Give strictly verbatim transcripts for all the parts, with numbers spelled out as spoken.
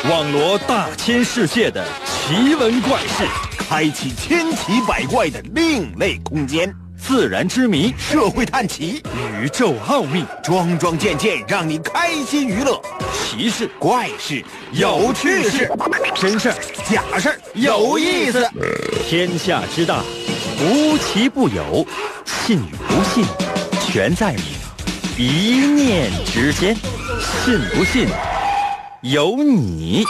网罗大千世界的奇闻怪事， 开启千奇百怪的另类空间， 自然之谜， 社会探奇， 宇宙奥秘， 桩桩件件让你开心娱乐。 奇事怪事有趣事， 真事儿假事儿有意思。 天下之大，无奇不有，信与不信全在你一念之间。信不信由你。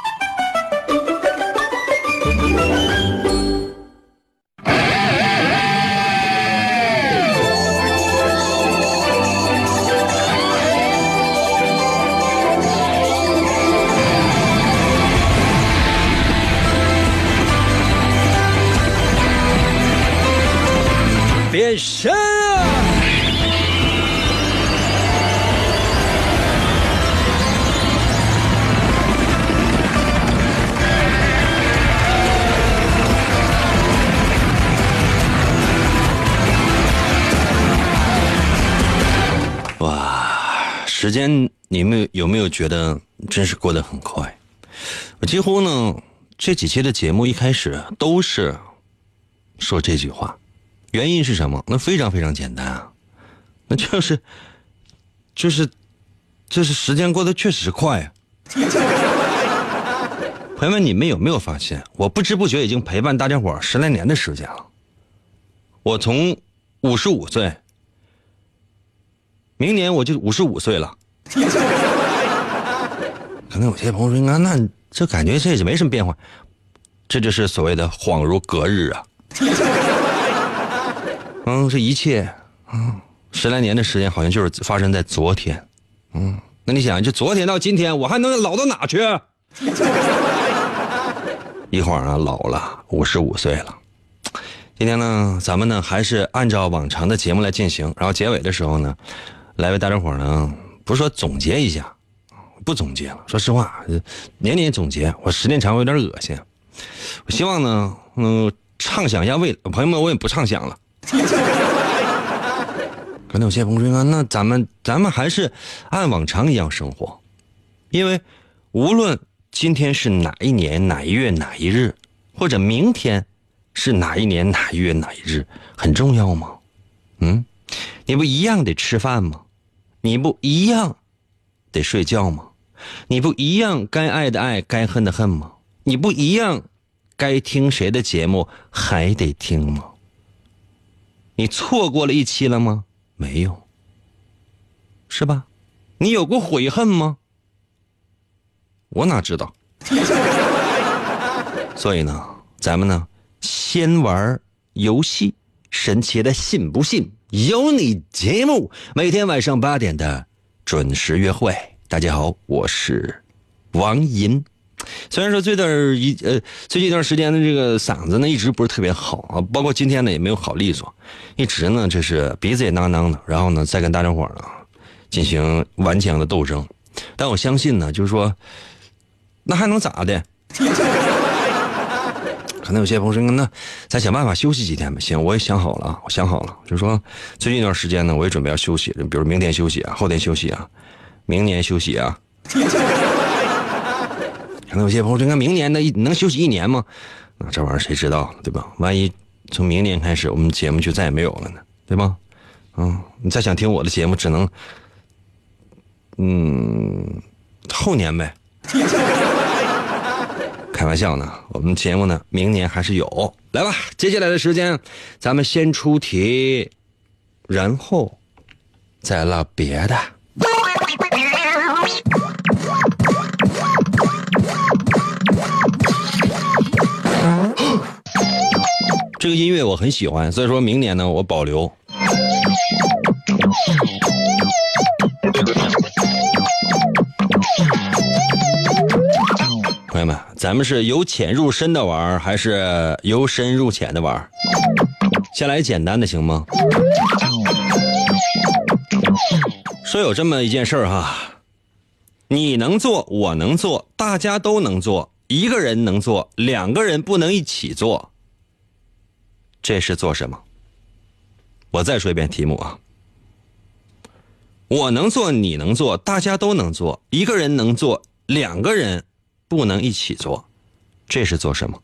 变身啊！哇，时间你们有没有觉得真是过得很快？我几乎呢这几期的节目一开始都是说这句话。原因是什么？那非常非常简单啊，那就是就是就是时间过得确实快啊。朋友们，你们有没有发现，我不知不觉已经陪伴大家伙十来年的时间了。我从五十五岁，明年我就五十五岁了。可能有些朋友说，那那这感觉这也没什么变化，这就是所谓的恍如隔日啊。嗯，这一切，嗯，十来年的时间好像就是发生在昨天，嗯，那你想，就昨天到今天，我还能老到哪去？一会儿啊，老了，五十五岁了。今天呢，咱们呢还是按照往常的节目来进行，然后结尾的时候呢，来为大家伙呢，不是说总结一下，不总结了。说实话，年年总结，我时间长有点恶心。我希望呢，嗯，畅想一下未来，朋友们，我也不畅想了。可能有些朋友说，那咱们咱们还是按往常一样生活，因为无论今天是哪一年哪一月哪一日，或者明天是哪一年哪一月哪一日，很重要吗？嗯，你不一样得吃饭吗？你不一样得睡觉吗？你不一样该爱的爱，该恨的恨吗？你不一样该听谁的节目还得听吗？你错过了一期了吗？没有，是吧？你有过悔恨吗？我哪知道。所以呢，咱们呢先玩游戏，神奇的信不信由你节目，每天晚上八点的准时约会。大家好，我是王银。虽然说这段一呃最近一段时间的这个嗓子呢一直不是特别好啊，包括今天呢也没有好利索，一直呢这是鼻子也囔囔的，然后呢再跟大家伙呢进行顽强的斗争。但我相信呢，就是说那还能咋的？可能有些朋友说，那咱想办法休息几天吧。行，我也想好了，我想好了，就是说最近一段时间呢，我也准备要休息，比如明天休息啊，后天休息啊，明年休息啊。可能有些朋友说，那明年的能休息一年吗？那这玩意儿谁知道，对吧？万一从明年开始我们节目就再也没有了呢，对吧？嗯，你再想听我的节目，只能嗯后年呗。开玩笑呢，我们节目呢明年还是有。来吧，接下来的时间咱们先出题，然后再唠别的。这个音乐我很喜欢，所以说明年呢我保留。朋友们，咱们是由浅入深的玩，还是由深入浅的玩？先来简单的行吗？说有这么一件事儿哈，你能做，我能做，大家都能做，一个人能做，两个人不能一起做，这是做什么？我再说一遍题目啊，我能做，你能做，大家都能做，一个人能做，两个人不能一起做，这是做什么？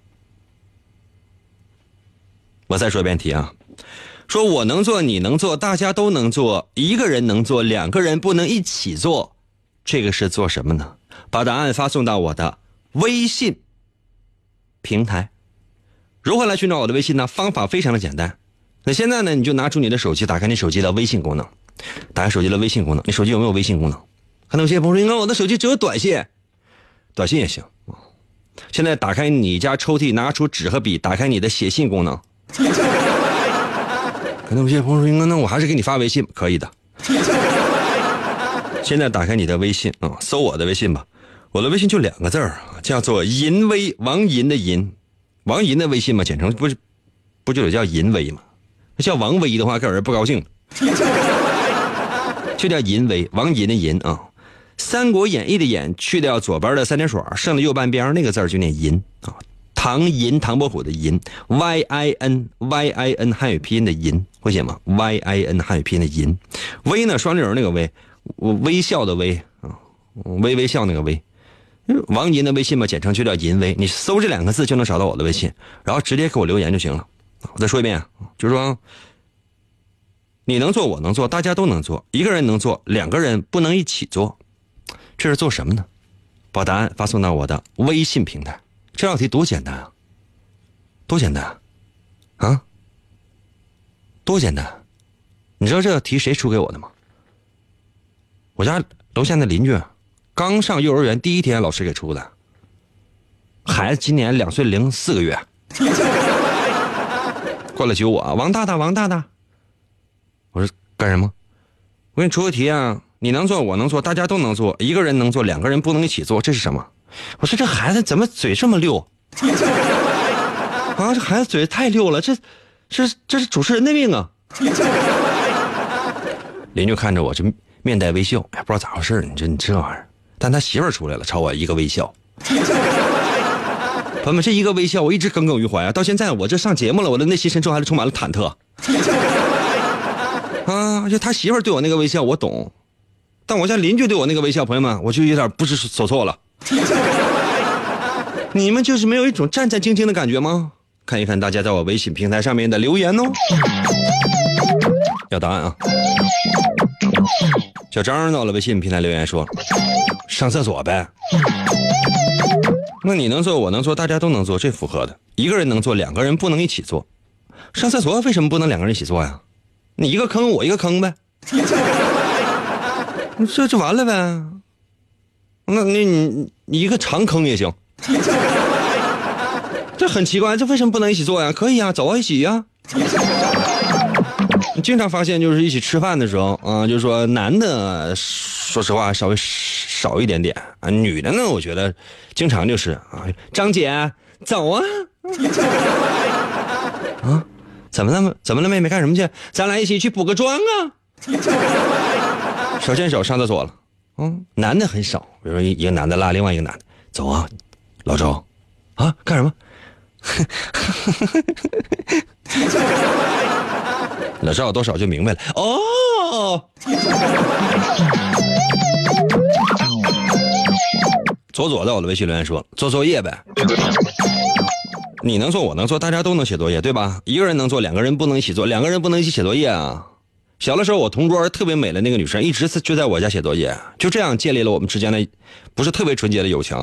我再说一遍题啊，说我能做你能做大家都能做，一个人能做两个人不能一起做，这个是做什么呢？把答案发送到我的微信平台。如何来寻找我的微信呢？方法非常的简单。那现在呢，你就拿出你的手机，打开你手机的微信功能，打开手机的微信功能。你手机有没有微信功能？可能有些朋友说，应该我的手机只有短信，短信也行。现在打开你家抽屉，拿出纸和笔，打开你的写信功能。可能有些朋友说，应该那我还是给你发微信，可以的。现在打开你的微信啊、嗯，搜我的微信吧。我的微信就两个字儿，叫做银威，王银的银，王银的微信嘛，简称不是不就得叫银威吗？叫王威的话，给人不高兴。就叫银威，王银的银啊。三国演义的演去掉左边的三点水，剩的右半边那个字就念银啊。唐银，唐伯虎的银 ，Y I N Y I N 汉语拼音的银，会写吗 ？Y I N 汉语拼音的银，微呢双立人那个微，微笑的微啊，微微笑那个微。王银的微信嘛，简称就叫银微。你搜这两个字就能找到我的微信，然后直接给我留言就行了。我再说一遍，就是说，你能做我能做，大家都能做，一个人能做，两个人不能一起做，这是做什么呢？把答案发送到我的微信平台。这道题多简单啊！多简单啊！多简单！你知道这道题谁出给我的吗？我家楼下的邻居，刚上幼儿园第一天，老师给出的。孩子今年两岁零四个月。过来揪我啊，王大大，王大大。我说干什么？我给你出个题啊，你能做，我能做，大家都能做，一个人能做，两个人不能一起做，这是什么？我说这孩子怎么嘴这么溜啊？这孩子嘴太溜了，这这这是主持人的命啊！邻居看着我，这面带微笑，哎，不知道咋回事，你这你这玩意儿。但他媳妇儿出来了，朝我一个微笑。朋友们，这一个微笑我一直耿耿于怀啊！到现在我这上节目了，我的内心深处还是充满了忐忑啊！就他媳妇儿对我那个微笑，我懂。但我家邻居对我那个微笑，朋友们，我就有点不知所措了。你们就是没有一种战战兢兢的感觉吗？看一看大家在我微信平台上面的留言哦。要答案啊！小张到了微信平台留言说：“上厕所呗。”那你能做，我能做，大家都能做，这符合的。一个人能做，两个人不能一起做。上厕所为什么不能两个人一起做呀？你一个坑，我一个坑呗。这就完了呗。那你你你一个长坑也行。这很奇怪，这为什么不能一起做呀？可以啊，走啊，一起呀。经常发现就是一起吃饭的时候啊、呃，就是说男的说实话稍微少一点点啊，女的呢，我觉得经常就是啊，张姐走啊。啊，怎么了？怎么了，妹妹干什么去？咱俩一起去补个妆啊。手牵手上厕所了。嗯，男的很少，比如说一个男的拉另外一个男的，走啊，老周，啊，干什么？老赵多少就明白了哦。左左在我的微信留言说做作业呗。你能做我能做，大家都能写作业对吧？一个人能做，两个人不能一起做，两个人不能一起写作业啊。小的时候我同桌特别美的那个女生一直就在我家写作业，就这样建立了我们之间的不是特别纯洁的友情。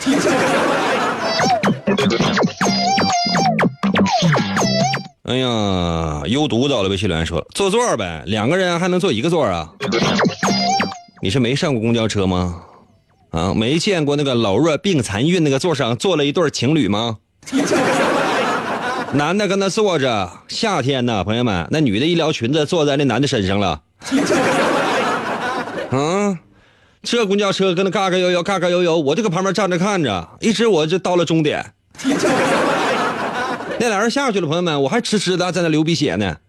哎呀，优读到了微信留言说坐座呗，两个人还能坐一个座啊？你是没上过公交车吗？啊，没见过那个老弱病残孕那个座上坐了一对情侣吗？男的跟他坐着，夏天呢，朋友们，那女的一撩裙子坐在那男的身上了。啊，这公交车跟那嘎嘎悠悠嘎嘎悠悠，我就搁旁边站着看着，一直我就到了终点。那俩人下去了，朋友们，我还痴痴的在那流鼻血呢。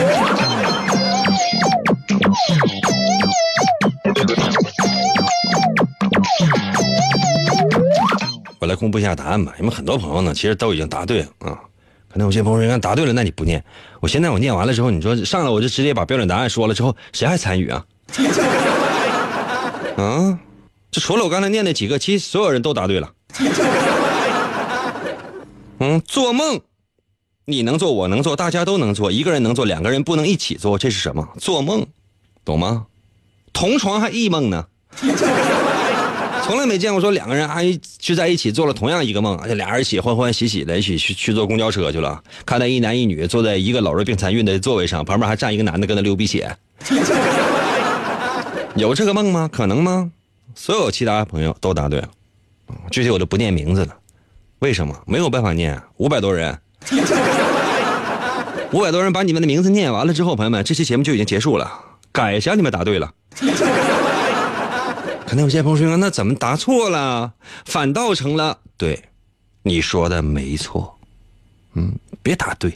我来公布一下答案吧，因为很多朋友呢，其实都已经答对了啊。可能有些朋友说答对了，那你不念。我现在我念完了之后，你说上来我就直接把标准答案说了之后，谁还参与啊？啊，这除了我刚才念那几个，其实所有人都答对了。 嗯，做梦你能做我能做大家都能做，一个人能做两个人不能一起做，这是什么？做梦，懂吗？同床还异梦呢，从来没见过说两个人还聚在一起做了同样一个梦，而且俩人一起欢欢喜喜的一起去去坐公交车去了，看到一男一女坐在一个老弱病残孕的座位上，旁边还站一个男的跟他流鼻血。有这个梦吗？可能吗？所有其他朋友都答对了，具体我就不念名字了。为什么？没有办法念，五百多人，五百多人把你们的名字念完了之后，朋友们，这期节目就已经结束了。改一下，你们答对了。可能有些朋友说，那怎么答错了？反倒成了对，你说的没错。嗯，别答对。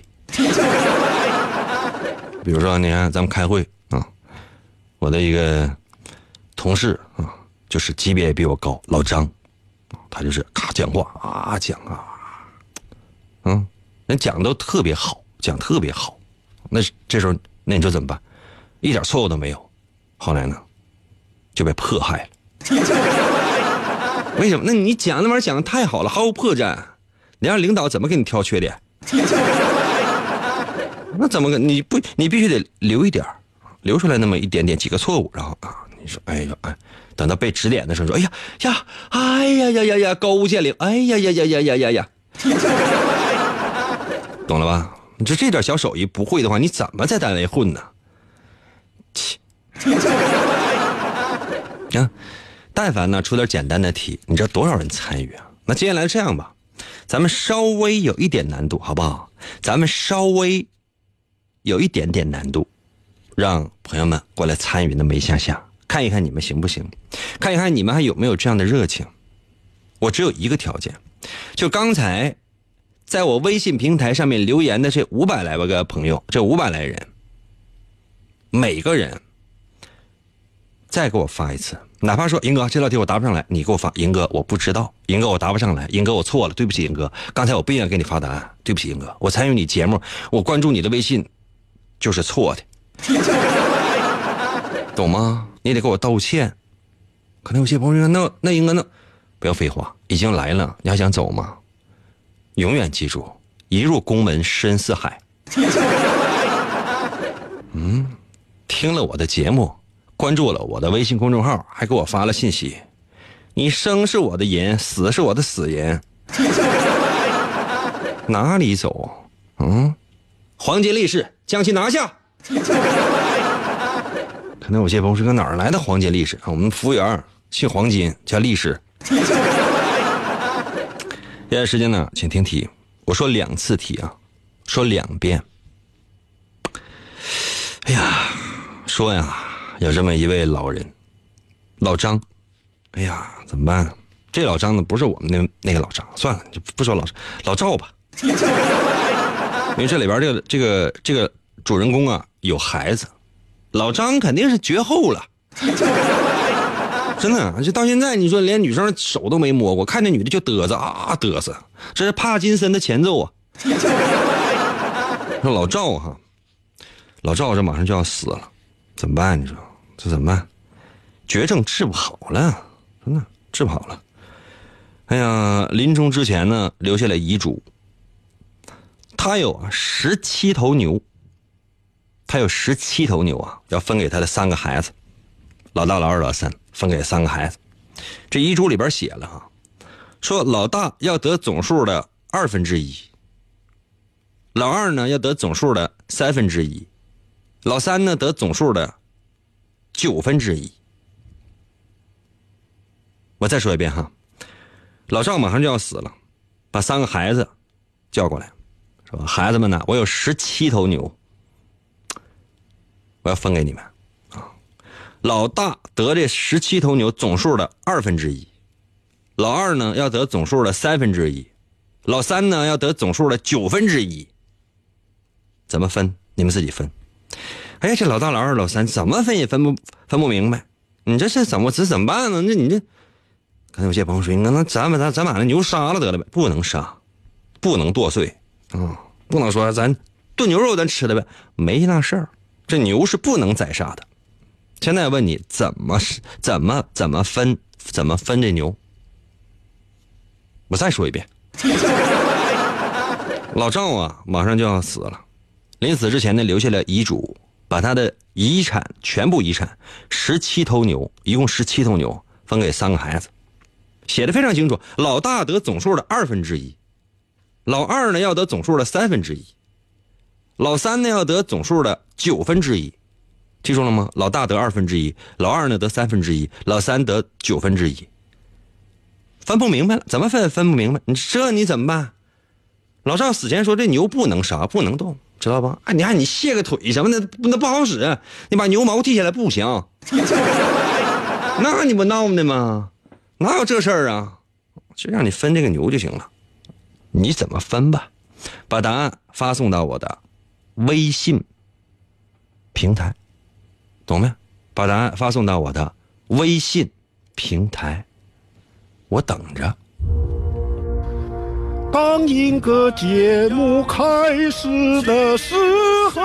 比如说，你看咱们开会啊，我的一个同事啊，就是级别也比我高，老张。他就是咔讲话啊讲啊，嗯，人讲都特别好，讲特别好。那这时候，那你说怎么办？一点错误都没有。后来呢，就被迫害了。为什么？那你讲那玩意儿讲的太好了，毫无破绽，你让领导怎么给你挑缺点？那怎么个？你不，你必须得留一点，留出来那么一点点几个错误，然后啊，你说，哎呀，哎。等到被指点的时候说，哎呀呀，哎呀呀呀呀，高屋建瓴，哎呀呀呀呀呀呀呀，懂了吧？你这这点小手艺不会的话，你怎么在单位混呢？切！啊，但凡呢出点简单的题，你知道多少人参与啊？那接下来这样吧，咱们稍微有一点难度，好不好？咱们稍微有一点点难度，让朋友们过来参与那么一下下。看一看你们行不行，看一看你们还有没有这样的热情。我只有一个条件，就刚才在我微信平台上面留言的这五百来个朋友，这五百来人，每个人再给我发一次，哪怕说银哥这道题我答不上来，你给我发，银哥我不知道，银哥我答不上来，银哥我错了，对不起银哥，刚才我不应该给你发答案，对不起银哥，我参与你节目，我关注你的微信就是错的，懂吗？你得给我道歉。可能有些朋友说，那那应该那不要废话，已经来了，你还想走吗？永远记住，一入宫门深似海。嗯，听了我的节目，关注了我的微信公众号，还给我发了信息，你生是我的人，死是我的死人。哪里走？嗯，黄金力士将其拿下。可能有些朋友说，哪儿来的黄金力士？我们服务员姓黄金，叫力士。接下来时间呢，请听题。我说两次题啊，说两遍。哎呀，说呀，有这么一位老人，老张。哎呀，怎么办？这老张呢，不是我们那那个老张，算了，就不说老老赵吧。因为这里边这个这个这个主人公啊有孩子。老张肯定是绝后了，真的，就到现在你说连女生手都没摸过，看见女的就嘚瑟啊嘚瑟，这是帕金森的前奏啊。说老赵哈，老赵这马上就要死了，怎么办？你说这怎么办？绝症治不好了，真的治不好了。哎呀，临终之前呢，留下了遗嘱。他有啊十七头牛。他有十七头牛啊，要分给他的三个孩子，老大、老二、老三，分给三个孩子。这遗嘱里边写了哈，说老大要得总数的二分之一，老二呢要得总数的三分之一，老三呢得总数的九分之一。我再说一遍哈，老赵马上就要死了，把三个孩子叫过来，说孩子们呢，我有十七头牛。我要分给你们啊！老大得这十七头牛总数的二分之一，老二呢要得总数的三分之一，老三呢要得总数的九分之一。怎么分？你们自己分。哎呀，这老大、老二、老三怎么分也分不分不明白。你这是怎么这怎么办呢？那你这，可能有些朋友说，那咱把咱咱把那牛杀了得了呗？不能杀，不能剁碎啊、嗯，不能说咱炖牛肉咱吃了呗，没那事儿。这牛是不能宰杀的。现在问你怎么怎么怎么分怎么分这牛？ 我再说一遍，老赵啊，马上就要死了，临死之前呢，留下了遗嘱，把他的遗产全部遗产十七头牛，一共十七头牛，分给三个孩子，写的非常清楚。老大得总数的二分之一，老二呢要得总数的三分之一，老三呢要得总数的九分之一。记住了吗？老大得二分之一，老二呢得三分之一，老三得九分之一。分不明白了，怎么分分不明白？你这你怎么办？老赵死前说这牛不能杀，不能动，知道吧？哎，你看你卸个腿什么的，那不好使。你把牛毛剃下来不行，那你不闹呢吗？哪有这事儿啊？就让你分这个牛就行了，你怎么分吧？把答案发送到我的微信平台。懂没？把答案发送到我的微信平台，我等着。 当一个节目开始的时候，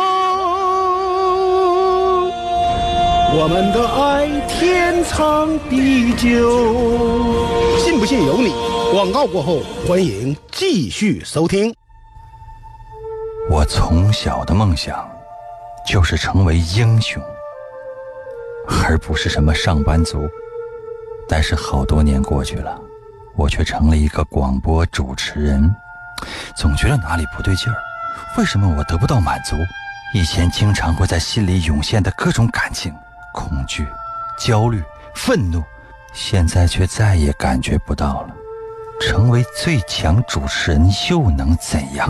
我们的爱天长地久。信不信由你。广告过后，欢迎继续收听。 我从小的梦想就是成为英雄，而不是什么上班族。但是好多年过去了，我却成了一个广播主持人，总觉得哪里不对劲儿。为什么我得不到满足？以前经常会在心里涌现的各种感情，恐惧、焦虑、愤怒，现在却再也感觉不到了。成为最强主持人又能怎样？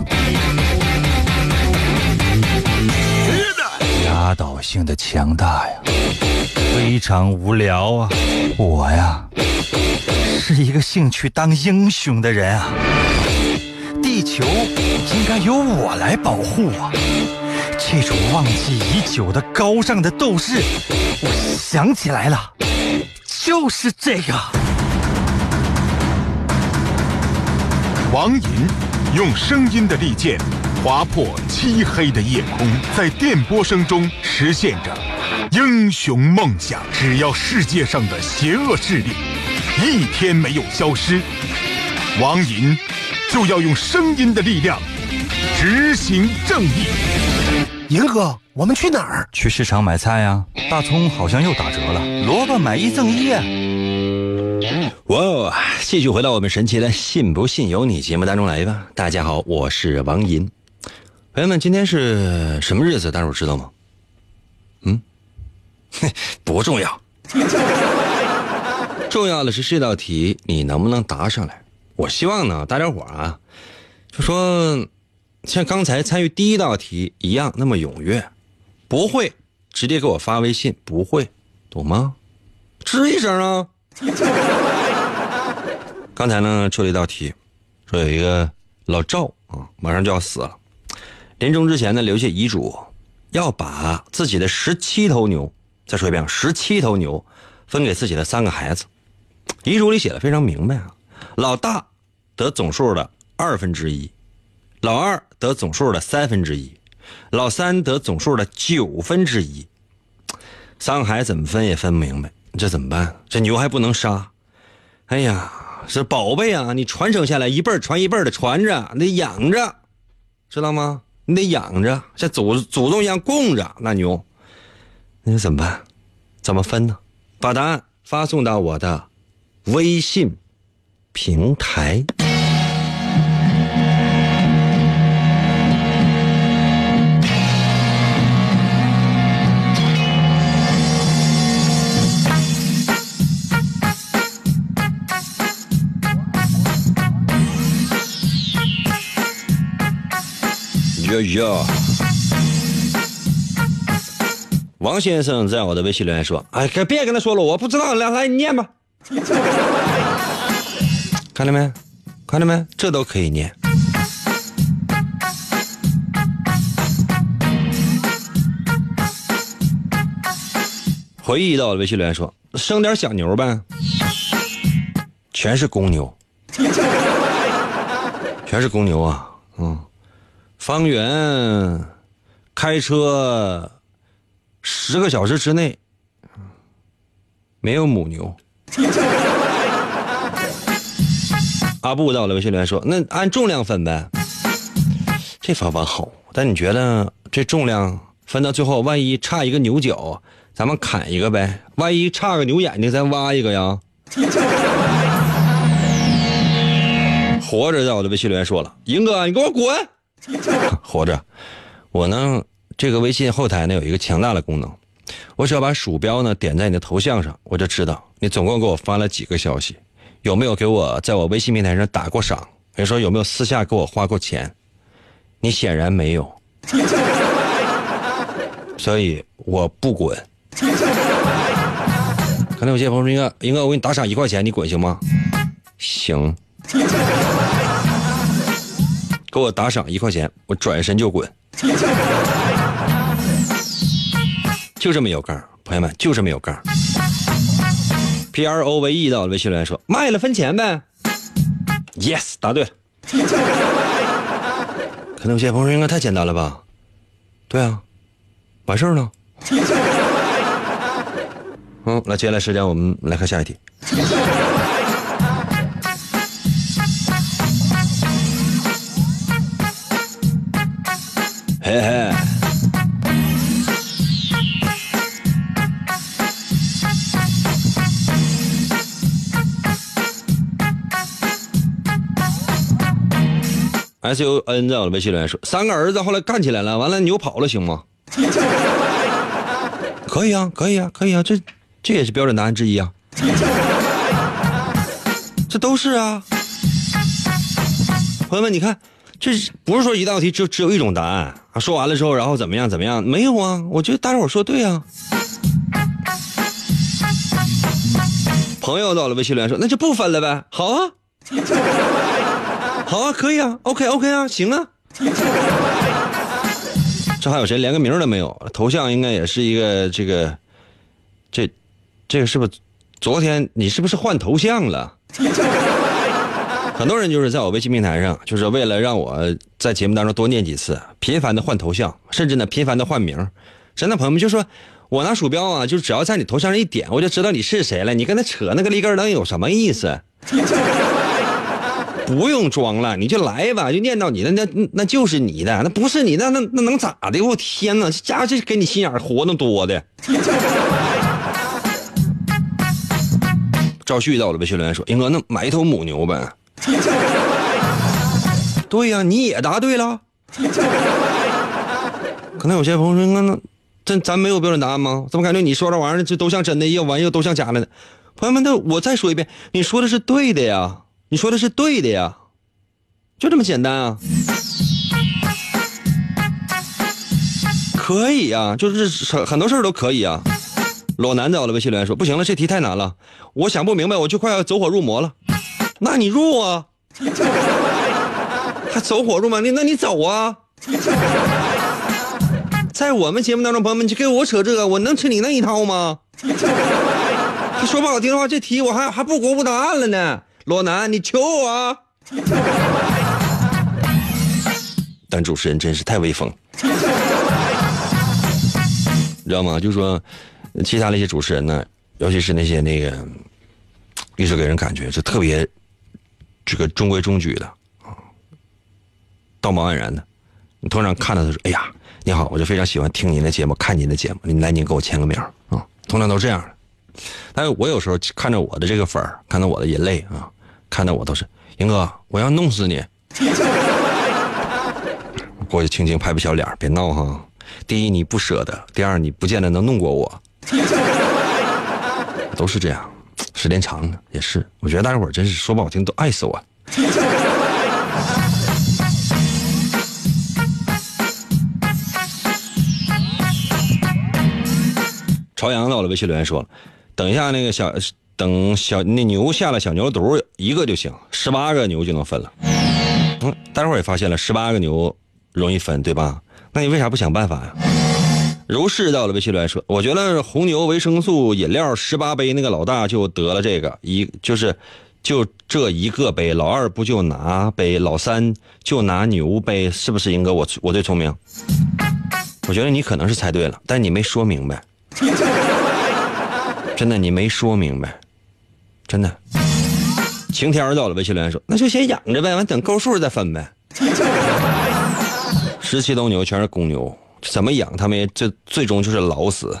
压倒性的强大呀，非常无聊啊！我呀，是一个兴趣当英雄的人啊！地球应该由我来保护啊！这种忘记已久的高尚的斗士，我想起来了，就是这个。 王银用声音的利剑划破漆黑的夜空，在电波声中实现着英雄梦想。只要世界上的邪恶势力一天没有消失，王银就要用声音的力量执行正义。 银哥，我们去哪儿？ 去市场买菜呀，大葱好像又打折了，萝卜买一赠一啊！ 哇，继续回到我们神奇的信不信由你节目当中来吧。大家好，我是王银。朋友们，今天是什么日子？大伙知道吗？嗯，不重要。重要的是这道题你能不能答上来。我希望呢，大家伙啊，就说像刚才参与第一道题一样那么踊跃。不会直接给我发微信，不会，懂吗？吱一声啊。刚才呢出了一道题，说有一个老赵啊，马上就要死了，临终之前呢留下遗嘱，要把自己的十七头牛，再说一遍，十七头牛分给自己的三个孩子。遗嘱里写的非常明白啊，老大得总数的二分之一，老二得总数的三分之一，老三得总数的九分之一。三个孩子怎么分也分不明白，这怎么办？这牛还不能杀，哎呀，是宝贝啊，你传承下来一辈儿传一辈儿的传着，你得养着，知道吗？你得养着，像祖祖宗一样供着那牛，那怎么办？怎么分呢？把答案发送到我的微信平台。哟哟，王先生在我的微信留言说：“哎，别跟他说了，我不知道，来来，你念吧。”看到没？看到没？这都可以念。回忆到我的微信留言说：“生点小牛呗。”全是公牛，全是公牛啊！嗯。方圆开车十个小时之内没有母牛阿布到了微信留言说，那按重量分呗。这方法好，但你觉得这重量分到最后，万一差一个牛角，咱们砍一个呗，万一差个牛眼睛咱挖一个呀。活着在我的微信留言说了，赢哥你给我滚。活着，我呢这个微信后台呢有一个强大的功能，我只要把鼠标呢点在你的头像上，我就知道你总共给我发了几个消息，有没有给我在我微信平台上打过赏，比如说有没有私下给我花过钱，你显然没有，所以我不滚。可能有些朋友说，应该应该我给你打赏一块钱，你滚行吗？行。给我打赏一块钱，我转身就滚。就这么有杠，朋友们，就这么有杠。P R O V E 到微信留言说，卖了分钱呗。Yes， 答对了。可能有些朋友说，应该太简单了吧？对啊，完事儿了。嗯，那接下来时间我们来看下一题。嘿嘿，S U N 在我的微信留言说，三个儿子后来干起来了，完了牛跑了行吗？可以啊，可以啊，可以啊，这这也是标准答案之一啊，这都是啊。朋友们，你看，这不是说一道题只只有一种答案啊？说完了之后，然后怎么样怎么样？没有啊，我觉得大伙说对啊。朋友到了微信留言说，那就不分了呗。好啊，好啊，可以啊 ，OK OK 啊，行啊。这还有谁连个名都没有？头像应该也是一个这个，这这个是不是昨天你是不是换头像了？很多人就是在我微信平台上，就是为了让我在节目当中多念几次，频繁的换头像，甚至呢频繁的换名。真的朋友们就说，我拿鼠标啊，就只要在你头像上一点，我就知道你是谁了。你跟他扯那个立根灯有什么意思？不用装了，你就来吧，就念到你的那那就是你的，那不是你的那那能咋的？我天哪，这家伙这给你心眼活动多的。赵旭到了微信留言说，英哥那买一头母牛呗。对呀、啊，你也答对了。可能有些朋友说，那真咱没有标准答案吗？怎么感觉你说这玩意儿这都像真的，要玩意儿都像假的呢？朋友们，那我再说一遍，你说的是对的呀，你说的是对的呀，就这么简单啊。可以啊，就是很多事儿都可以啊。裸男在我的微信留言说，不行了，这题太难了，我想不明白，我就快要走火入魔了。那你入啊，还走火入魔？那你走啊。在我们节目当中，朋友们，就给我扯这个，我能吃你那一套吗？说不好听的话，这题我还还不公布答案了呢。裸男，你求我啊！但主持人真是太威风，你知道吗？就说其他那些主持人呢，尤其是那些那个，一直给人感觉就特别这个中规中矩的啊，道貌岸然的。你通常看到他说：“哎呀，你好，我就非常喜欢听您的节目，看您的节目，您来您给我签个名啊。”通常都这样的。但是我有时候看着我的这个粉儿，看到我的眼泪啊，看到我都是英哥，我要弄死你。过去轻轻拍拍小脸，别闹哈。第一你不舍得，第二你不见得能弄过我，都是这样。时间长了也是，我觉得大家伙真是说不好听都爱死我。朝阳到了微信留言说了，等一下那个小等小那牛下了小牛犊一个就行，十八个牛就能分了。嗯，大家伙也发现了，十八个牛容易分，对吧？那你为啥不想办法呀？如是到了微信留言说，我觉得红牛维生素饮料十八杯那个老大就得了这个一，就是就这一个杯，老二不就拿杯，老三就拿牛杯，是不是英哥我我最聪明？我觉得你可能是猜对了，但你没说明白。真的你没说明白，真的晴天到了，微信留言说那就先养着呗，完等够数再分呗。十七头牛全是公牛，怎么养他们也最最终就是老死。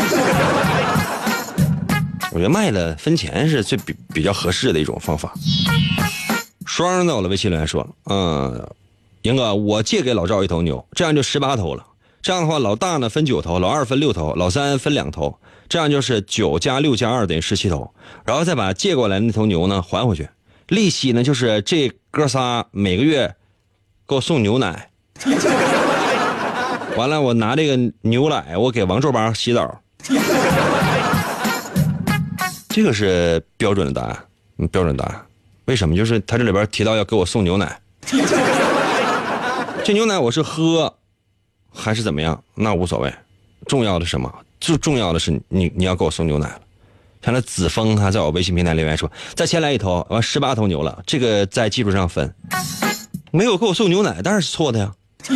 我觉得卖了分钱是最比比较合适的一种方法。双到了，微信留言说嗯，英哥，我借给老赵一头牛，这样就十八头了。这样的话，老大呢分九头，老二分六头，老三分两头，这样就是九加六加二等于十七头，然后再把借过来的那头牛呢还回去，利息呢就是这哥仨每个月给我送牛奶，完了我拿这个牛奶我给王皱巴洗澡，这个是标准的答案，嗯，标准答案。为什么？就是他这里边提到要给我送牛奶，这牛奶我是喝还是怎么样那无所谓，重要的是什么？最重要的是你你要给我送牛奶了。像那子枫他在我微信平台留言说再牵来一头，完十八头牛了，这个在技术上分，没有给我送牛奶当然是错的呀。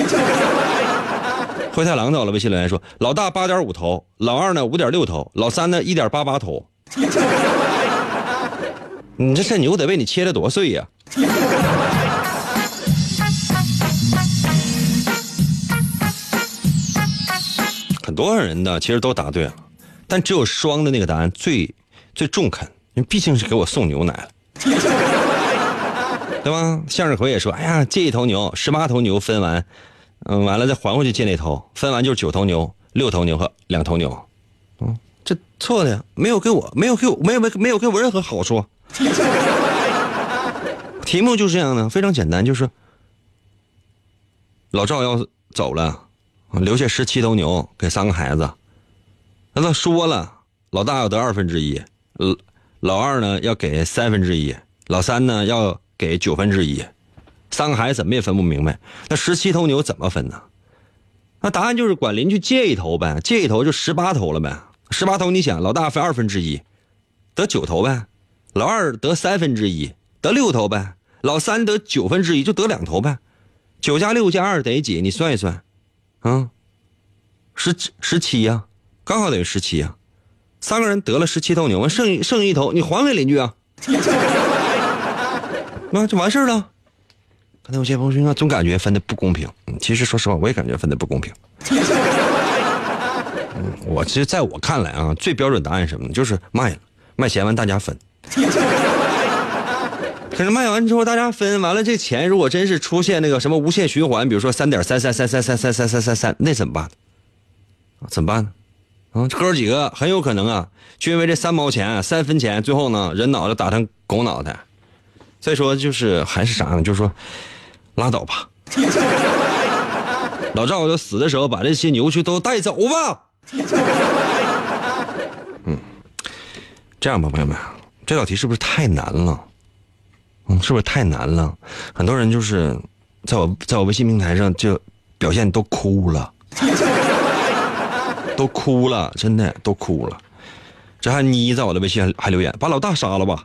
灰太狼在我微信留言说老大八点五头，老二呢五点六头，老三呢一点八八头。你这这牛得被你切了多碎呀、很多人呢其实都答对了，但只有双的那个答案最最中肯，因为毕竟是给我送牛奶了，对吧？向日葵也说哎呀借一头牛，十八头牛分完嗯，完了再还回去借那头，分完就是九头牛，六头牛和两头牛。嗯，这错的呀，没有给我没有给我没有没有给我任何好处。题目就是这样的，非常简单，就是老赵要走了，留下十七头牛给三个孩子，那他说了，老大要得二分之一，老二呢要给三分之一，老三呢要给九分之一，三个孩子怎么也分不明白，那十七头牛怎么分呢？那答案就是管邻居借一头呗，借一头就十八头了呗，十八头你想，老大分二分之一，得九头呗，老二得三分之一，得六头呗，老三得九分之一，就得两头呗。九加六加二等于几？你算一算，啊，十十七呀，刚好等于十七呀。三个人得了十七头牛，剩剩一头，你还给邻居啊，那就完事了。刚才有些朋友说，总感觉分的不公平。嗯，其实说实话，我也感觉分的不公平。嗯，我其实在我看来啊，最标准答案是什么呢？就是卖了，卖钱完大家分。可是卖完之后大家分完了，这钱如果真是出现那个什么无限循环，比如说三点三三三三三三三三三三，那怎么办？啊，怎么办呢？啊，哥几个很有可能啊，就因为这三毛钱、三分钱，最后呢人脑袋打成狗脑袋。所以说就是还是啥呢？就是说拉倒吧。老赵就死的时候把这些牛去都带走吧。嗯，这样吧，朋友们，这道题是不是太难了？嗯，是不是太难了？很多人就是在我在我微信平台上就表现都哭了，都哭了，真的都哭了。这还妮在我的微信还留言，把老大杀了吧。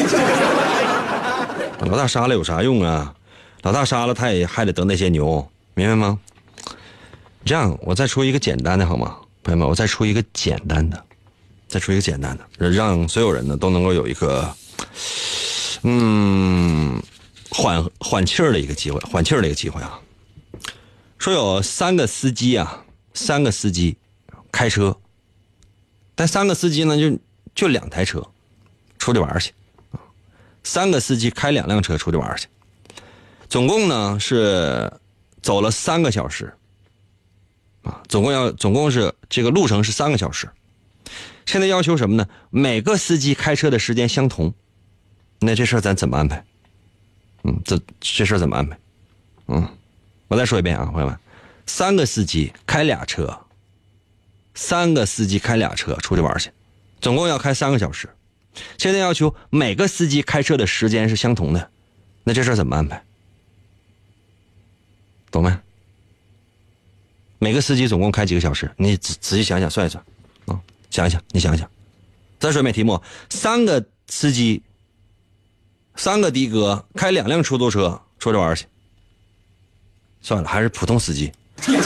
把老大杀了有啥用啊？老大杀了他也还得得那些牛，明白吗？这样我再出一个简单的好吗？朋友们，我再出一个简单的，再出一个简单的，让所有人呢都能够有一个嗯缓缓气儿的一个机会，缓气儿的一个机会啊。说有三个司机啊，三个司机开车，但三个司机呢就就两台车出去玩去，三个司机开两辆车出去玩去，总共呢是走了三个小时啊，总共要总共是这个路程是三个小时。现在要求什么呢？每个司机开车的时间相同。那这事儿咱怎么安排？嗯，这这事儿怎么安排？嗯，我再说一遍啊，朋友们，三个司机开俩车，三个司机开俩车出去玩去，总共要开三个小时。现在要求每个司机开车的时间是相同的，那这事儿怎么安排？懂没？每个司机总共开几个小时？你仔仔细想想，算一算啊，想一想，你想一想。再说一遍题目：三个司机。三个的哥开两辆出租车出去玩去，算了，还是普通司机。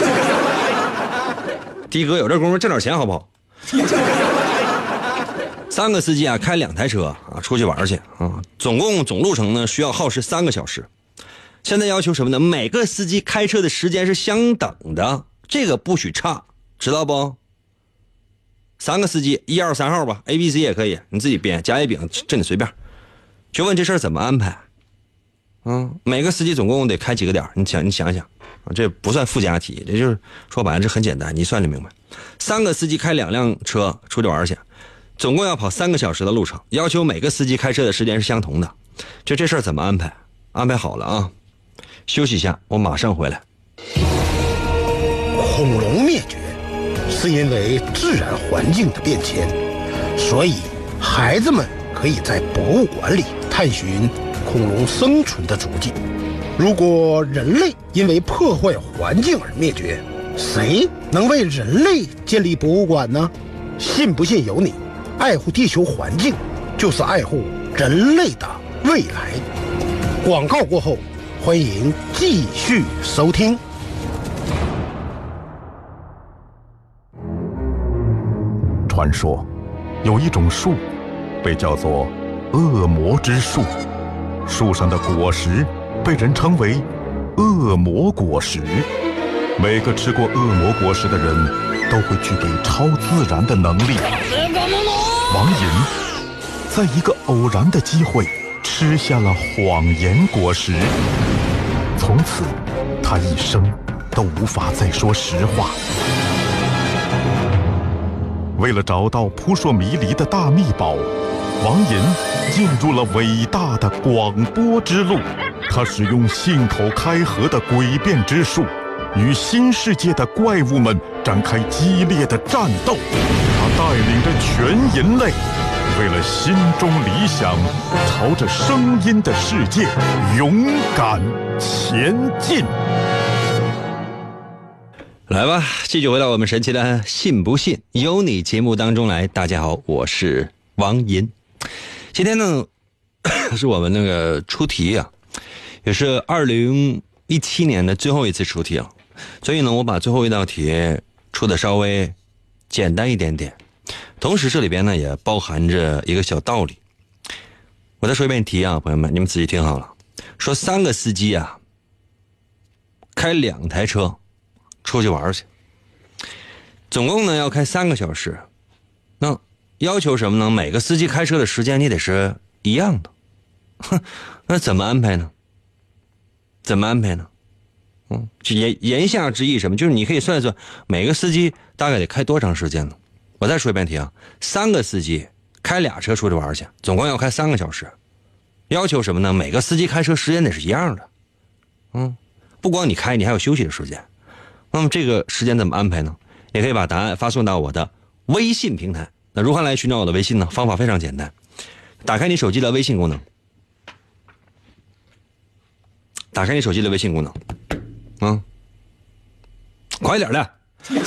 的哥有这功夫挣点钱好不好？ 三个司机啊开两台车啊出去玩去啊，总共总路程呢需要耗时三个小时。现在要求什么呢？每个司机开车的时间是相等的，这个不许差，知道不？三个司机，一二三号吧 ，A B C 也可以，你自己编，甲乙丙这你随便。就问这事儿怎么安排？嗯，每个司机总共得开几个点？你想，你想想啊，这不算附加题，这就是说白了，这很简单，你算就明白。三个司机开两辆车出去玩去，总共要跑三个小时的路程，要求每个司机开车的时间是相同的。就这事儿怎么安排？安排好了啊，休息一下，我马上回来。 恐龙灭绝是因为自然环境的变迁，所以孩子们可以在博物馆里探寻恐龙生存的足迹。如果人类因为破坏环境而灭绝，谁能为人类建立博物馆呢？信不信由你，爱护地球环境就是爱护人类的未来。广告过后，欢迎继续收听。 传说有一种树被叫做恶魔之树，树上的果实被人称为恶魔果实。每个吃过恶魔果实的人都会具备超自然的能力。王寅在一个偶然的机会吃下了谎言果实，从此他一生都无法再说实话。为了找到扑朔迷离的大秘宝，王寅进入了伟大的广播之路。他使用信口开河的诡辩之术，与新世界的怪物们展开激烈的战斗。他带领着全人类，为了心中理想，朝着声音的世界勇敢前进。 来吧，继续回到我们神奇的信不信由你节目当中来。大家好，我是王寅。今天呢是我们那个出题啊，也是二零一七年的最后一次出题了，所以呢我把最后一道题出的稍微简单一点点，同时这里边呢也包含着一个小道理。我再说一遍题啊，朋友们，你们仔细听好了。说三个司机啊开两台车出去玩去，总共呢要开三个小时。那要求什么呢？每个司机开车的时间你得是一样的。哼，那怎么安排呢？怎么安排呢？嗯，言言下之意什么？就是你可以算一算每个司机大概得开多长时间呢？我再说一遍题啊，三个司机开俩车出去玩去，总共要开三个小时。要求什么呢？每个司机开车时间得是一样的。嗯，不光你开，你还有休息的时间。那么这个时间怎么安排呢？也可以把答案发送到我的微信平台。那如何来寻找我的微信呢？方法非常简单，打开你手机的微信功能，打开你手机的微信功能，嗯，快点的，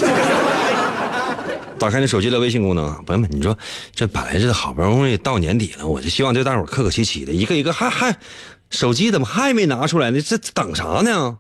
打开你手机的微信功能啊！朋友们，你说这本来这好不容易到年底了，我就希望对大伙儿客客气气的，一个一个还还手机怎么还没拿出来呢？这等啥呢？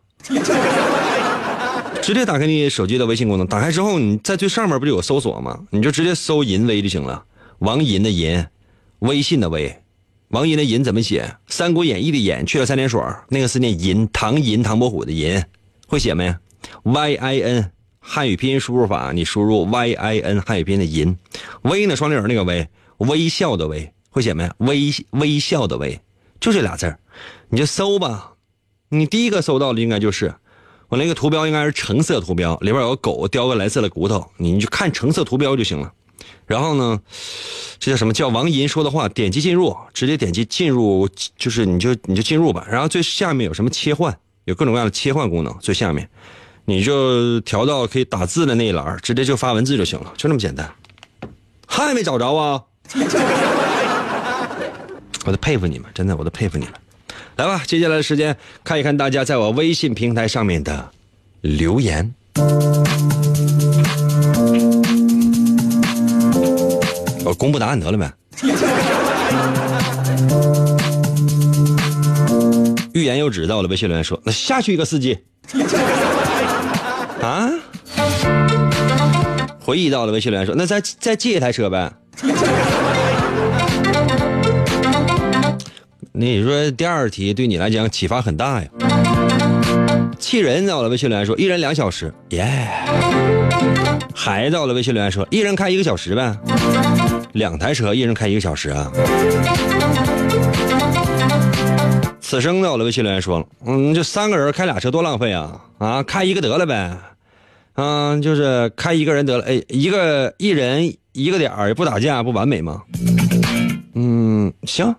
直接打开你手机的微信功能，打开之后你在最上面不就有搜索吗？你就直接搜银微就行了。王银的银，微信的微，王银的银怎么写？三国演义的演去了三点水，那个是念银，唐银唐伯虎的银，会写没 ？Y I N 汉语拼音输入法，你输入 Y I N 汉语拼音的银，微呢双立人那个微，微笑的微，会写没？微微笑的微，就这俩字儿，你就搜吧。你第一个搜到的应该就是我那个图标，应该是橙色图标，里边有个狗叼个蓝色的骨头，你就看橙色图标就行了。然后呢，这叫什么？叫王银说的话，点击进入，直接点击进入，就是你就你就进入吧。然后最下面有什么切换，有各种各样的切换功能，最下面你就调到可以打字的那一栏，直接就发文字就行了，就那么简单。还没找着啊？我都佩服你们，真的，我都佩服你们。来吧，接下来的时间看一看大家在我微信平台上面的留言。我公布答案得了没？欲言又止到了微信留言说：“那下去一个司机啊！”回忆到了微信留言说：“那再再借一台车呗。” 你说第二题对你来讲启发很大呀。气人到了微信留言说一人两小时，耶、yeah。孩子到了微信留言说一人开一个小时呗，两台车一人开一个小时啊。此生到了微信留言说了，嗯，就三个人开俩车多浪费啊啊，开一个得了呗，嗯，就是开一个人得了，哎，一个一人一个点儿不打架不完美吗？嗯，行。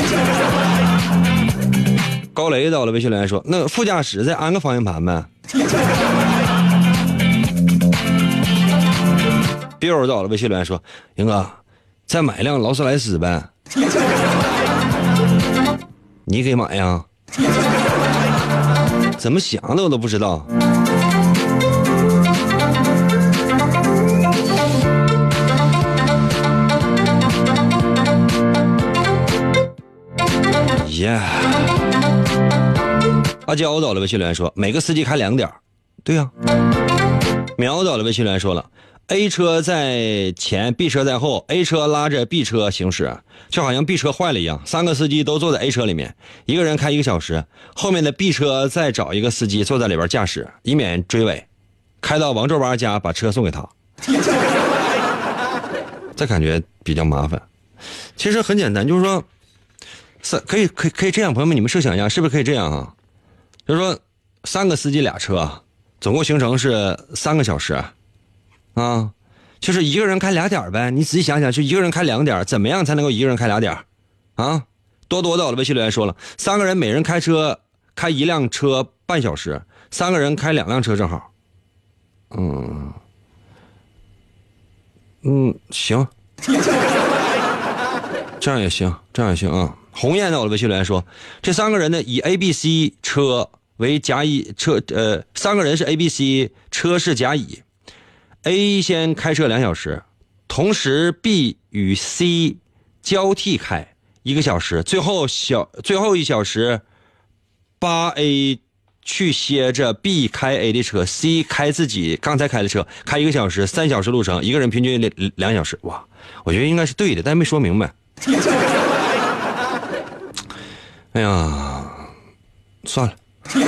高雷到了微信留言说那副驾驶再安个方向盘呗。biu 到了微信留言说英哥再买辆劳斯莱斯呗。你给买呀？怎么想的我都不知道。耶、yeah。阿娇到了微信留言说每个司机开两点。对呀、啊。苗到了微信留言说了 A 车在前 B 车在后， A 车拉着 B 车行驶，就好像 B 车坏了一样，三个司机都坐在 A 车里面，一个人开一个小时，后面的 B 车再找一个司机坐在里边驾驶，以免追尾，开到王皱巴家把车送给他。这感觉比较麻烦。其实很简单，就是说三可以可以可以这样，朋友们你们设想一下是不是可以这样啊？就是说三个司机俩车总共行程是三个小时啊，就是一个人开俩点呗，你仔细想想，就一个人开两点，怎么样才能够一个人开俩点啊？多多到了微信留言说了，三个人每人开车开一辆车半小时，三个人开两辆车正好。嗯嗯，行，这样也行，这样也行啊。鸿雁到了微信留言说，这三个人呢以 A B C 车为甲乙车，呃，三个人是 A B C 车是甲乙。A 先开车两小时，同时 B 与 C 交替开一个小时，最后小最后一小时，八 A 去歇着 B 开 A 的车 ，C 开自己刚才开的车，开一个小时，三小时路程，一个人平均两两小时。哇，我觉得应该是对的，但没说明白。哎呀，算了。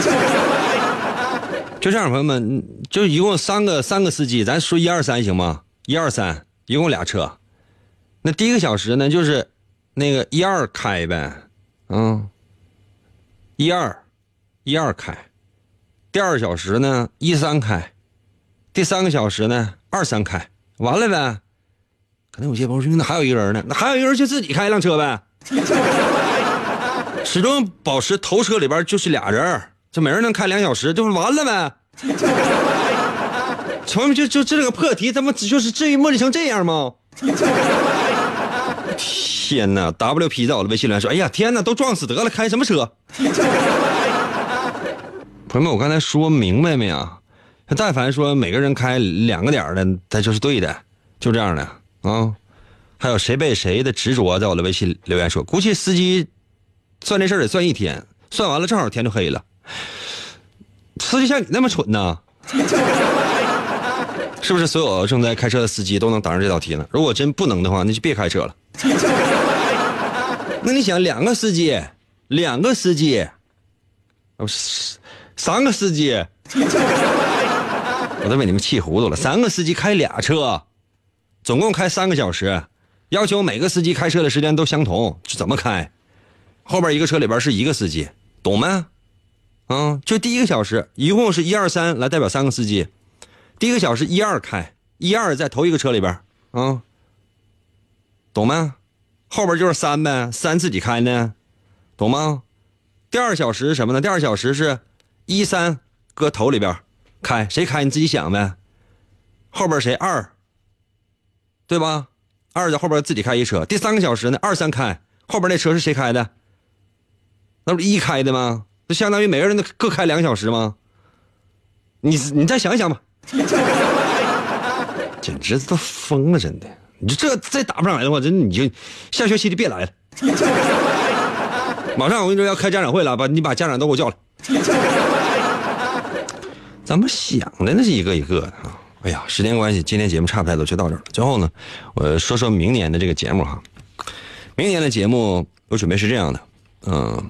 就这样，朋友们，就一共三个三个司机，咱说一二三行吗？一二三，一共俩车。那第一个小时呢，就是那个一二开呗，嗯，一二一二开。第二小时呢，一三开。第三个小时呢，二三开。完了呗。可能有些朋友说，那还有一个人呢，那还有一个人就自己开一辆车呗。始终保持头车里边就是俩人。这每人能开两小时，就完了呗。从就就这个破题，怎么就是至于磨叽成这样吗？天哪 ！W P 在我的微信里说：“哎呀，天哪，都撞死得了，开什么车？”朋友们，我刚才说明白没啊？但凡说每个人开两个点的，他就是对的，就这样的啊。还有谁被谁的执着，在我的微信留言说：“估计司机算这事儿得算一天，算完了正好天就黑了。”司机像你那么蠢呢？是不是所有正在开车的司机都能答上这道题呢？如果真不能的话，那就别开车了。那你想，两个司机，两个司机，哦，三个司机，我都被你们气糊涂了。三个司机开俩车，总共开三个小时，要求每个司机开车的时间都相同，是怎么开？后边一个车里边是一个司机，懂吗？嗯，就第一个小时一共是一二三来代表三个司机，第一个小时一二开，一二在头一个车里边，嗯，懂吗？后边就是三呗，三自己开呢，懂吗？第二小时是什么呢？第二小时是一三搁头里边开，谁开你自己想呗。后边谁二，对吧？二在后边自己开一车。第三个小时呢，二三开，后边那车是谁开的？那不是一开的吗？就相当于每个人都各开两个小时吗？你你再想想吧，简直都疯了，真的！你这再打不上来的话，真你就下学期就别来了。马上我跟你说要开家长会了，把你把家长都给我叫来。咱们想的那是一个一个的啊！哎呀，时间关系，今天节目差不太多，就到这儿了。最后呢，我说说明年的这个节目哈。明年的节目我准备是这样的。 嗯，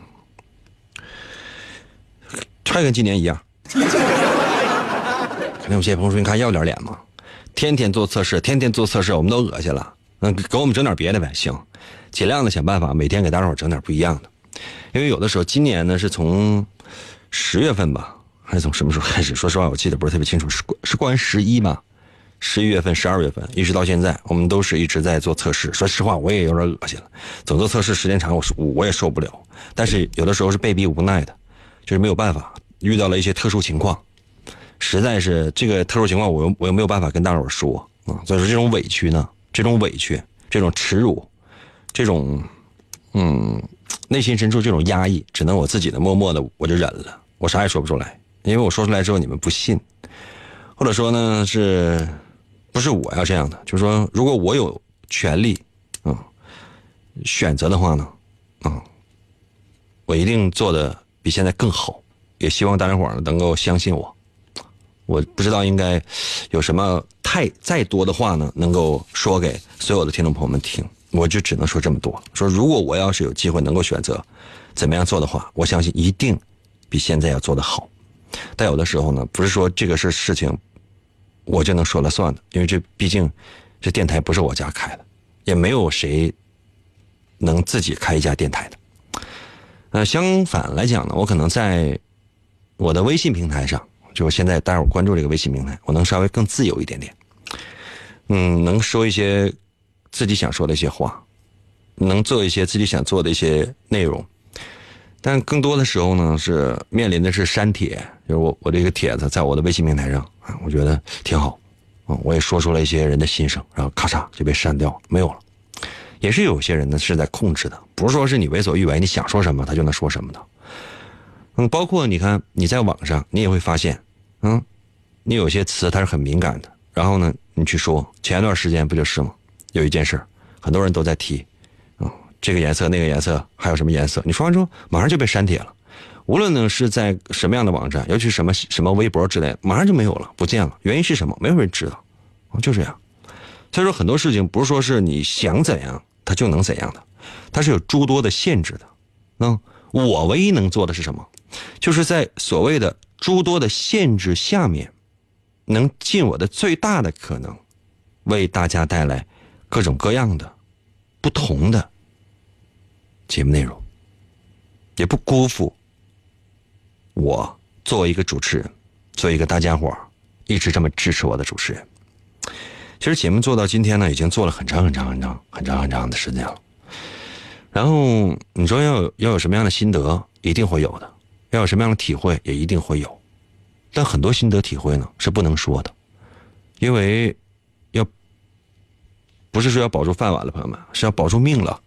还跟今年一样。可能有些朋友说，你看要点脸吗？天天做测试，天天做测试，我们都恶心了。那给我们整点别的呗，行，尽量的想办法，每天给大伙整点不一样的。因为有的时候，今年呢是从十月份吧，还是从什么时候开始？说实话，我记得不是特别清楚，是是关于十一吧，十一月份、十二月份，一直到现在，我们都是一直在做测试。说实话，我也有点恶心了，总做测试时间长，我我也受不了。但是有的时候是被逼无奈的，就是没有办法，遇到了一些特殊情况。实在是这个特殊情况，我又我又没有办法跟大伙说啊，所以说这种委屈呢，这种委屈，这种耻辱，这种嗯内心深处这种压抑，只能我自己的默默的我就忍了，我啥也说不出来，因为我说出来之后你们不信，或者说呢是不是我要这样的？就是说，如果我有权利啊、嗯、选择的话呢，啊、嗯，我一定做的比现在更好，也希望大家伙儿能够相信我。我不知道应该有什么太再多的话呢，能够说给所有的听众朋友们听，我就只能说这么多。说如果我要是有机会能够选择怎么样做的话，我相信一定比现在要做得好。但有的时候呢，不是说这个是事情我就能说了算的，因为这毕竟这电台不是我家开的，也没有谁能自己开一家电台的。呃，相反来讲呢，我可能在我的微信平台上，就我现在待会儿关注这个微信平台，我能稍微更自由一点点，嗯，能说一些自己想说的一些话，能做一些自己想做的一些内容。但更多的时候呢，是面临的是删帖，就是我我这个帖子在我的微信平台上，我觉得挺好，嗯，我也说出了一些人的心声，然后咔嚓就被删掉，没有了。也是有些人呢是在控制的，不是说是你为所欲为，你想说什么他就能说什么的。嗯，包括你看你在网上，你也会发现，嗯，你有些词它是很敏感的，然后呢，你去说，前一段时间不就是吗？有一件事，很多人都在提，嗯，这个颜色那个颜色还有什么颜色，你说完之后马上就被删帖了。无论呢是在什么样的网站，尤其是什么什么微博之类的，马上就没有了，不见了。原因是什么？没有人知道，就这样。所以说很多事情不是说是你想怎样它就能怎样的，它是有诸多的限制的。那我唯一能做的是什么？就是在所谓的诸多的限制下面，能尽我的最大的可能，为大家带来各种各样的不同的节目内容，也不辜负我作为一个主持人，作为一个大家伙一直这么支持我的主持人。其实节目做到今天呢，已经做了很长很长很长很长很长的时间了。然后你说要有要有什么样的心得，一定会有的；要有什么样的体会，也一定会有。但很多心得体会呢是不能说的，因为要不是说要保住饭碗了，朋友们，是要保住命了。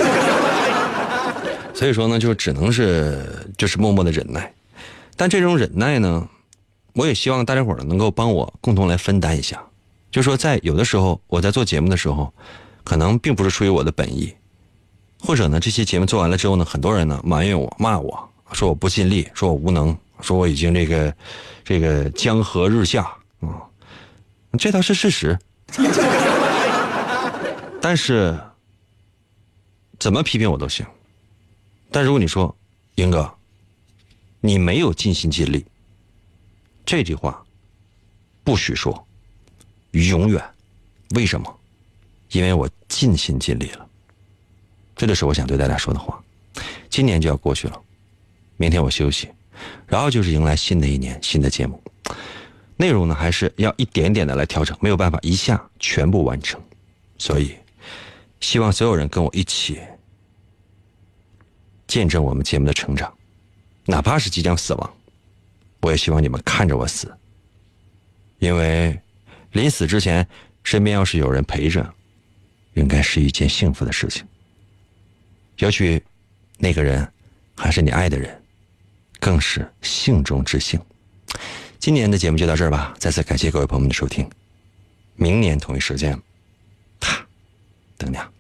所以说呢，就只能是就是默默的忍耐。但这种忍耐呢，我也希望大家伙儿能够帮我共同来分担一下。就说在有的时候我在做节目的时候，可能并不是出于我的本意，或者呢这些节目做完了之后呢，很多人呢埋怨我骂我，说我不尽力，说我无能，说我已经这个这个江河日下啊、嗯，这倒是事实。但是怎么批评我都行，但如果你说英哥你没有尽心尽力，这句话不许说，永远。为什么？因为我尽心尽力了。这就是我想对大家说的话。今年就要过去了，明天我休息，然后就是迎来新的一年新的节目。内容呢还是要一点点的来调整，没有办法一下全部完成。所以希望所有人跟我一起见证我们节目的成长，哪怕是即将死亡，我也希望你们看着我死。因为临死之前身边要是有人陪着，应该是一件幸福的事情。也许那个人还是你爱的人，更是幸中之幸。今年的节目就到这儿吧，再次感谢各位朋友们的收听，明年同一时间等你啊。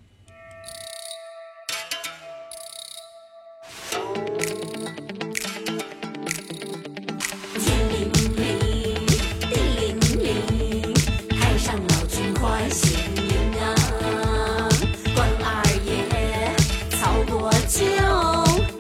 酒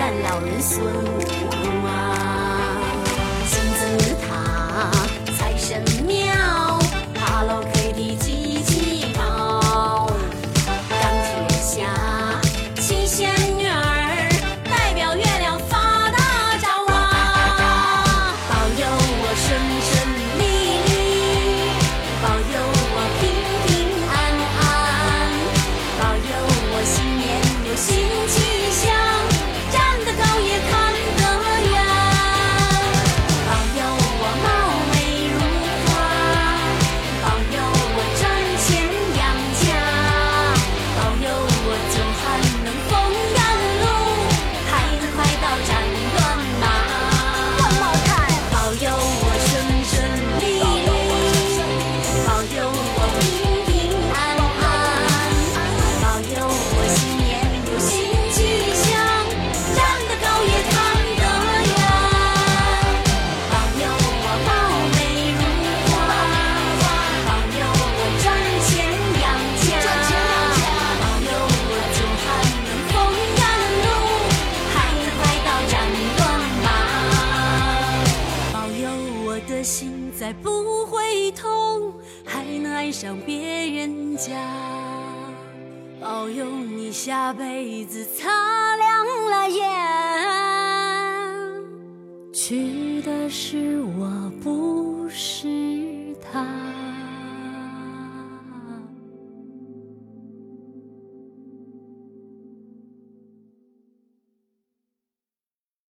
担老人孙悟啊。金字塔、财神庙，哈喽 K T 机器猫，钢铁侠、七仙女儿，代表月亮发大招啊！保佑我顺顺利利，保佑我平平安安，保佑我新年有新气象，站得高也看得远，保佑我貌美如花，保佑我赚钱养家，保佑我久旱能逢甘露，还能快到斩乱麻。保佑我顺顺利利，保佑我平平安安，保佑我新年有新气象，站得高也看得远，保佑我貌美如花，保佑我赚钱养家，保佑我久旱能逢甘露，还能快到斩乱麻。保佑我的心再不会痛，还能爱上别人家。保佑你下辈子擦亮了眼，娶的是我不是他。